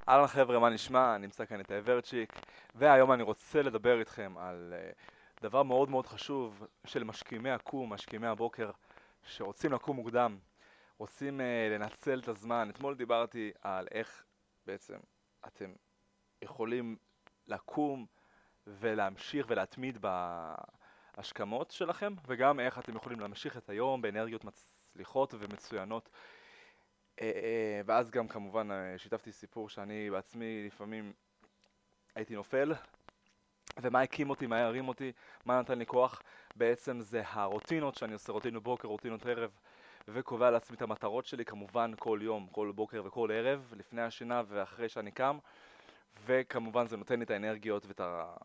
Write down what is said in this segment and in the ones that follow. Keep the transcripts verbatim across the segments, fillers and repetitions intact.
אהלן חבר'ה, מה נשמע? נמצא כאן את האברצ'יק, והיום אני רוצה לדבר איתכם על uh, דבר מאוד מאוד חשוב של משכימי הקום, משכימי הבוקר, שרוצים לקום מוקדם, רוצים uh, לנצל את הזמן. אתמול דיברתי על איך בעצם אתם יכולים לקום ולהמשיך ולהתמיד בהשכמות שלכם, וגם איך אתם יכולים להמשיך את היום באנרגיות מצליחות ומצוינות. אה, אה, ואז גם כמובן אה, שיתפתי סיפור שאני בעצמי לפעמים הייתי נופל, ומה הקים אותי, מה הרים אותי, מה נתן לי כוח. בעצם זה הרוטינות שאני עושה, רוטינות בוקר, רוטינות ערב, וקובע לעצמי את המטרות שלי כמובן כל יום, כל בוקר וכל ערב, לפני השינה ואחרי שאני קם, וכמובן זה נותן לי את האנרגיות ואת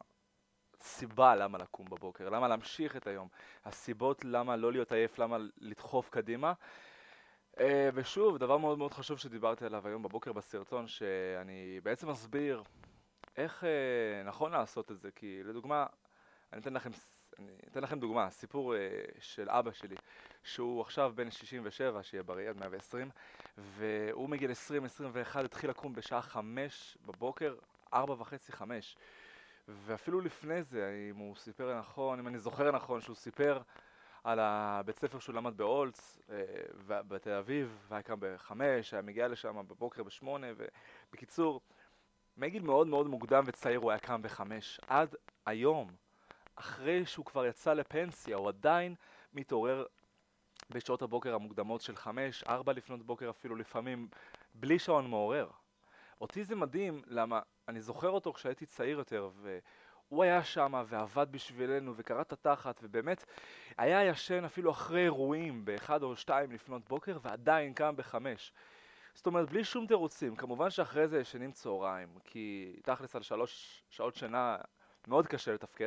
הסיבה למה לקום בבוקר, למה להמשיך את היום, הסיבות למה לא להיות עייף, למה לדחוף קדימה. Uh, ושוב, דבר מאוד מאוד חשוב שדיברתי עליו היום בבוקר בסרטון, שאני בעצם מסביר איך uh, נכון לעשות את זה, כי לדוגמה, אני אתן לכם, אני אתן לכם דוגמה, סיפור uh, של אבא שלי, שהוא עכשיו בן שישים ושבע, שיהיה בריא עד מאה ועשרים, והוא מגיל עשרים עשרים ואחת התחיל לקום בשעה חמש בבוקר, ארבע וחצי, חמש, ואפילו לפני זה, אם הוא סיפר נכון, אם אני זוכר נכון, שהוא סיפר על הבית ספר שהוא למד באולץ אה, בתל אביב, והיה קם בחמש, היה מגיע לשם בבוקר בשמונה, ובקיצור, מגיל מאוד מאוד מוקדם וצעיר הוא היה קם בחמש. עד היום, אחרי שהוא כבר יצא לפנסיה, הוא עדיין מתעורר בשעות הבוקר המוקדמות של חמש, ארבע לפנות בוקר אפילו לפעמים, בלי שעון מעורר. אותי זה מדהים, למה אני זוכר אותו כשהייתי צעיר יותר, והוא היה שם ועבד בשבילנו וקרא את התחת, ובאמת היה ישן אפילו אחרי אירועים באחד או שתיים לפנות בוקר, ועדיין קם בחמש. זאת אומרת, בלי שום תירוצים. כמובן שאחרי זה ישנים צהריים, כי תכלס על שלוש שעות שינה מאוד קשה לתפקד.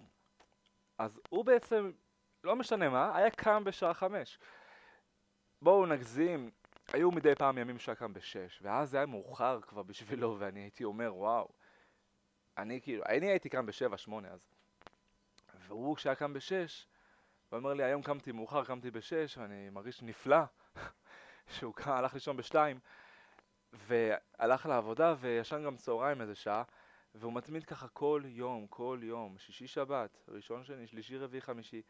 אז הוא בעצם, לא משנה מה, היה קם בשעה חמש. בואו נגזים, היו מדי פעם ימים שהיה קם בשש, ואז זה היה מאוחר כבר בשבילו, ואני הייתי אומר, וואו, אני כאילו, אני הייתי קם בשבע, שמונה אז. והוא כשהיה קם בשש, הוא אומר לי, היום קמתי מאוחר, קמתי בשש, ואני מרגיש נפלא, שהוא קם, הלך לישון בשתיים, והלך לעבודה, וישן גם צהריים איזה שעה, והוא מתמיד ככה כל יום, כל יום, שישי שבת, ראשון שני, שלישי רביעי חמישי,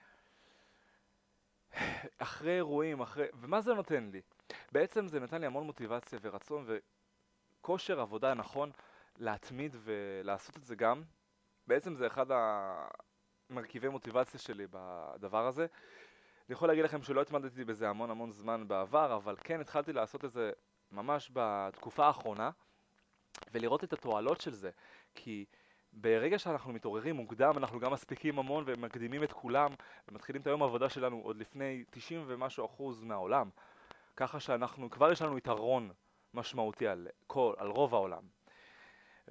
אחרי אירועים, אחרי... ומה זה נותן לי? בעצם זה נתן לי המון מוטיבציה ורצון וכושר עבודה נכון להתמיד ולעשות את זה גם. בעצם זה אחד המרכיבי מוטיבציה שלי בדבר הזה. אני יכול להגיד לכם שלא התמדתי בזה המון המון זמן בעבר, אבל כן התחלתי לעשות את זה ממש בתקופה האחרונה, ולראות את התועלות של זה, כי ברגע שאנחנו מתעוררים מוקדם, אנחנו גם מספיקים המון ומקדימים את כולם, ומתחילים את היום העבודה שלנו עוד לפני תשעים ומשהו אחוז מהעולם, ככה שאנחנו, כבר יש לנו יתרון משמעותי על, כל, על רוב העולם. אה,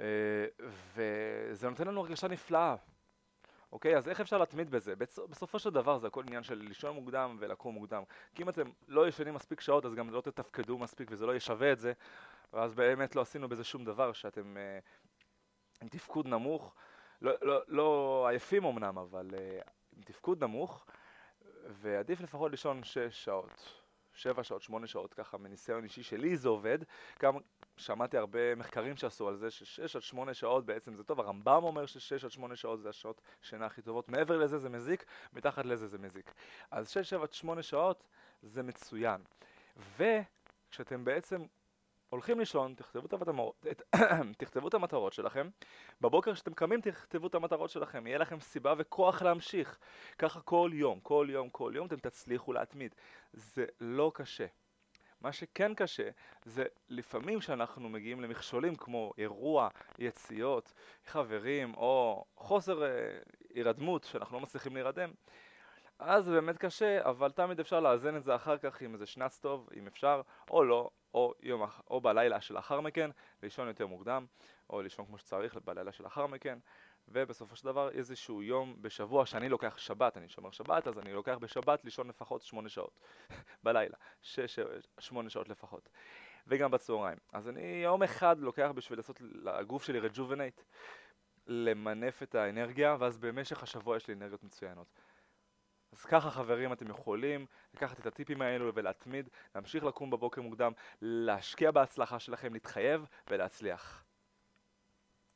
וזה נותן לנו הרגשה נפלאה. אוקיי, אז איך אפשר להתמיד בזה? בסופו של דבר זה הכל עניין של לישון מוקדם ולקום מוקדם. כי אם אתם לא ישנים מספיק שעות, אז גם לא תתפקדו מספיק וזה לא ישווה את זה, ואז באמת לא עשינו בזה שום דבר, שאתם אה, עם תפקוד נמוך, לא, לא, לא עייפים אמנם, אבל אה, עם תפקוד נמוך, ועדיף לפחות לישון שש שעות, שבע שעות, שמונה שעות, ככה מניסיון אישי שלי זה עובד. גם שמעתי הרבה מחקרים שעשו על זה ששש עד שמונה שעות בעצם זה טוב, הרמב"ם אומר ששש עד שמונה שעות זה השעות שינה הכי טובות, מעבר לזה זה מזיק, מתחת לזה זה מזיק. אז שש, שבע עד שמונה שעות זה מצוין. וכשאתם בעצם הולכים לישון, תכתבו את המטרות, תכתבו את המטרות שלכם. בבוקר כשאתם קמים תכתבו את המטרות שלכם, יהיה לכם סיבה וכוח להמשיך. ככה כל יום, כל יום, כל יום אתם תצליחו להתמיד. זה לא קשה. מה שכן קשה זה לפעמים שאנחנו מגיעים למכשולים כמו אירוע, יציאות, חברים או חוסר הירדמות שאנחנו לא מצליחים להירדם. אז זה באמת קשה, אבל תמיד אפשר לאזן את זה אחר כך עם איזה שנץ טוב, אם אפשר, או לא, או, יום, או בלילה שלאחר מכן, לישון יותר מוקדם, או לישון כמו שצריך בלילה שלאחר מכן, ובסופו של דבר איזשהו יום בשבוע שאני לוקח שבת, אני שומר שבת, אז אני לוקח בשבת לישון לפחות שמונה שעות בלילה, שש, שמונה שעות לפחות, וגם בצהריים. אז אני יום אחד לוקח בשביל לעשות לגוף שלי רג'ובנייט, למנף את האנרגיה, ואז במשך השבוע יש לי אנרגיות מצוינות. אז ככה חברים אתם יכולים לקחת את הטיפים האלו ולהתמיד, להמשיך לקום בבוקר מוקדם, להשקיע בהצלחה שלכם, להתחייב ולהצליח.